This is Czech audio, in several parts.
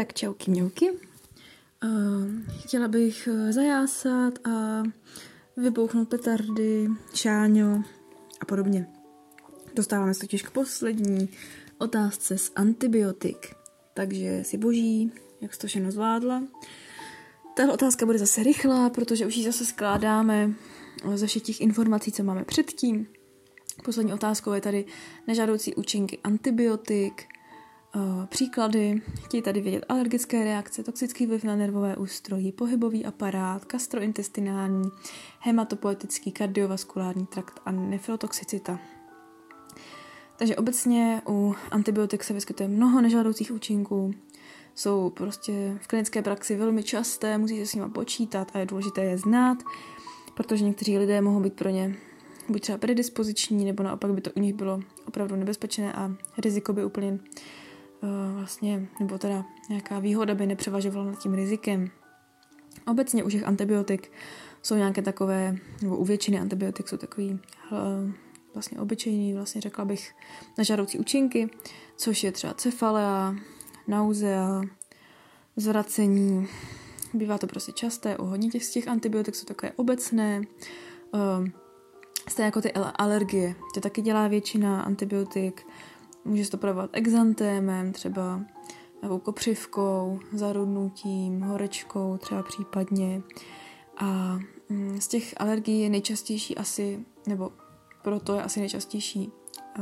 Tak čauky mňauky. Chtěla bych zajásat a vybouchnout petardy, šáňo a podobně. Dostáváme se totiž k poslední otázce z antibiotik. Takže si boží, jak jsi to všechno zvládla. Tahle otázka bude zase rychlá, protože už ji zase skládáme ze všech těch informací, co máme předtím. Poslední otázkou je tady nežádoucí účinky antibiotik, příklady, chtějí tady vědět alergické reakce, toxický vliv na nervové ústrojí, pohybový aparát, gastrointestinální, hematopoetický, kardiovaskulární trakt a nefrotoxicita. Takže obecně u antibiotik se vyskytuje mnoho nežádoucích účinků, jsou prostě v klinické praxi velmi časté, musí se s nimi počítat a je důležité je znát, protože někteří lidé mohou být pro ně buď třeba predispoziční, nebo naopak by to u nich bylo opravdu nebezpečné a riziko by úplně vlastně, nebo teda nějaká výhoda by nepřevažovala nad tím rizikem. Obecně u těch antibiotik jsou nějaké takové, nebo u většiny antibiotik jsou takový vlastně obyčejný, vlastně řekla bych, nežádoucí účinky, což je třeba cefalea, nauzea, zvracení. Bývá to prostě časté, u hodně z těch antibiotik jsou takové obecné, stejně jako ty alergie. To taky dělá většina antibiotik. Může se to projevovat exantémem, třeba nějakou kopřivkou, zarudnutím, horečkou třeba případně. A z těch alergií je nejčastější asi, nebo proto je asi nejčastější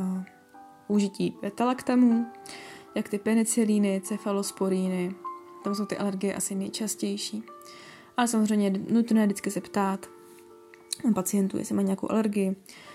užití beta-laktamů, jak ty penicilíny, cefalosporíny. Tam jsou ty alergie asi nejčastější. Ale samozřejmě je nutné vždycky se ptát pacientů, jestli mají nějakou alergii,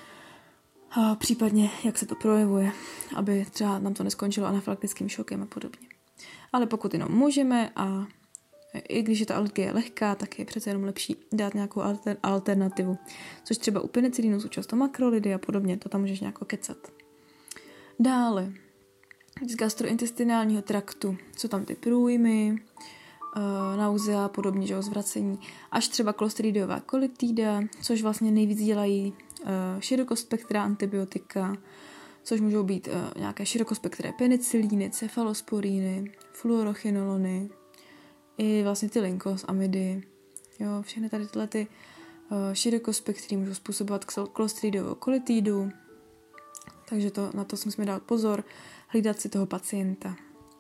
a případně jak se to projevuje, aby třeba nám to neskončilo anafylaktickým šokem a podobně. Ale pokud jenom můžeme a i když je ta alergie lehká, tak je přece jenom lepší dát nějakou alternativu. Což třeba u penicilínu jsou často makrolidy a podobně, to tam můžeš nějak kecat. Dále, z gastrointestinálního traktu jsou tam ty průjmy, nauzea, podobně, že zvracení, až třeba klostridiová kolitída, což vlastně nejvíc dělají širokospektrá antibiotika, což můžou být nějaké širokospektré penicilíny, cefalosporíny, fluorochynolony, i vlastně ty linkosamidy. Jo, všechny tady tyhle ty širokospektry můžou způsobovat klostridiovou kolitidu, takže na to si musíme dát pozor, hlídat si toho pacienta.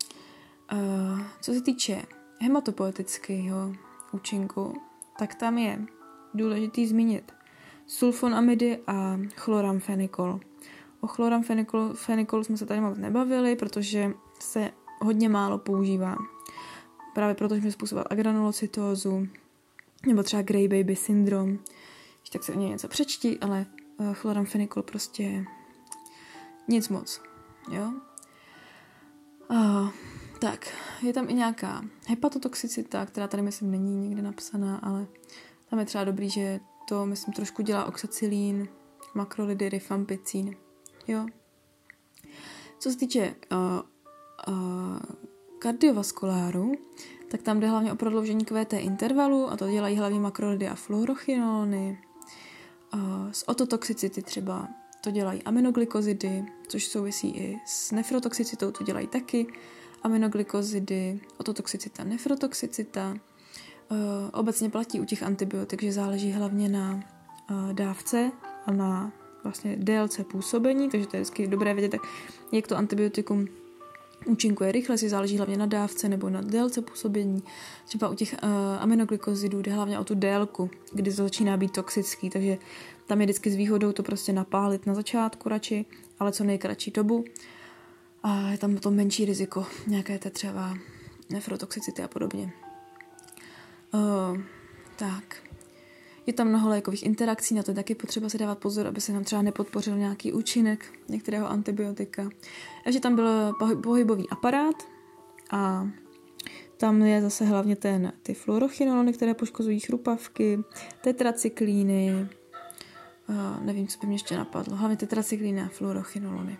Co se týče hematopoetického účinku, tak tam je důležitý zmínit sulfonamidy a chloramfenikol. O chloramfenikolu jsme se tady moc nebavili, protože se hodně málo používá. Právě proto, že může způsobovat agranulocytózu nebo třeba Gray baby syndrom. Tak se o něj něco přečti, ale chloramfenikol prostě nic moc. Jo? Tak, je tam i nějaká hepatotoxicita, která tady myslím není nikde napsaná, ale tam je třeba dobrý, že to myslím trošku dělá oxacilín, makrolidy, rifampicín. Jo. Co se týče kardiovaskuláru, tak tam jde hlavně o prodloužení QT intervalu a to dělají hlavně makrolidy a fluorochinony. Z ototoxicity třeba to dělají aminoglykozidy, což souvisí i s nefrotoxicitou, to dělají taky aminoglykozidy, ototoxicita, nefrotoxicita. Obecně platí u těch antibiotik, že záleží hlavně na dávce a na vlastně délce působení, takže to je vždycky dobré vědět, jak to antibiotikum účinkuje rychle, si záleží hlavně na dávce nebo na délce působení. Třeba u těch aminoglykozidů jde hlavně o tu délku, kdy to začíná být toxický, takže tam je vždycky s výhodou to prostě napálit na začátku radši, ale co nejkratší dobu. A je tam potom menší riziko nějaké té třeba nefrotoxicity a podobně. Tak. Je tam mnoho lékových interakcí, na to je taky potřeba si dávat pozor, aby se nám třeba nepodpořil nějaký účinek některého antibiotika. Takže tam byl pohybový aparát a tam je zase hlavně ty fluorochynolony, které poškozují chrupavky, tetracyklíny, nevím, co by mě ještě napadlo, hlavně tetracyklíny a fluorochynolony.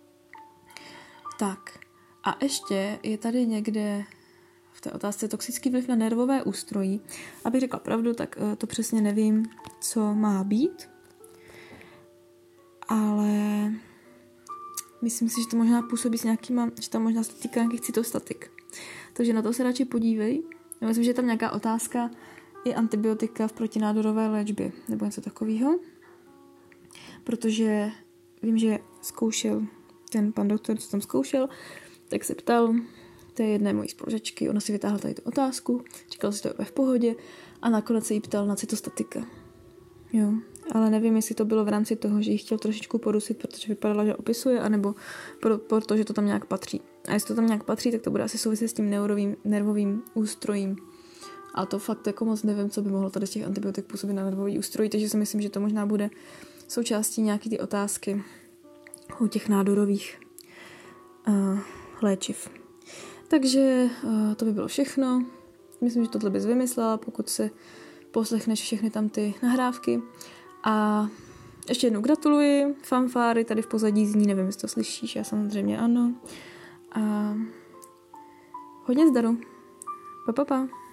Tak. A ještě je tady někde v té otázce toxický vliv na nervové ústrojí. Abych řekla pravdu, tak to přesně nevím, co má být. Ale myslím si, že to možná působí s nějakýma, že tam možná se týká nějakých cytostatik. takže na to se radši podívej. Já myslím, že je tam nějaká otázka i antibiotika v protinádorové léčbě, nebo něco takového. Protože vím, že zkoušel ten pan doktor, co tam zkoušel, tak se ptal té jedné mojí spolužačky, ona si vytáhla tady tu otázku, říkala si to je v pohodě a nakonec se jí ptal na cytostatika. Jo, ale nevím, jestli to bylo v rámci toho, že jí chtěl trošičku podusit, protože vypadalo, že opisuje, anebo protože to tam nějak patří. A jestli to tam nějak patří, tak to bude asi souviset s tím nervovým ústrojím. A to fakt jako moc nevím, co by mohlo tady z těch antibiotik působit na nervový ústroj, takže si myslím, že to možná bude součástí nějaký ty otázky u těch nádorových léčiv. Takže to by bylo všechno. Myslím, že tohle bys vymyslela, pokud se poslechneš všechny tam ty nahrávky. A ještě jednou gratuluji. Fanfáry tady v pozadí zní, nevím, jestli to slyšíš, já samozřejmě ano. A hodně zdaru. Pa.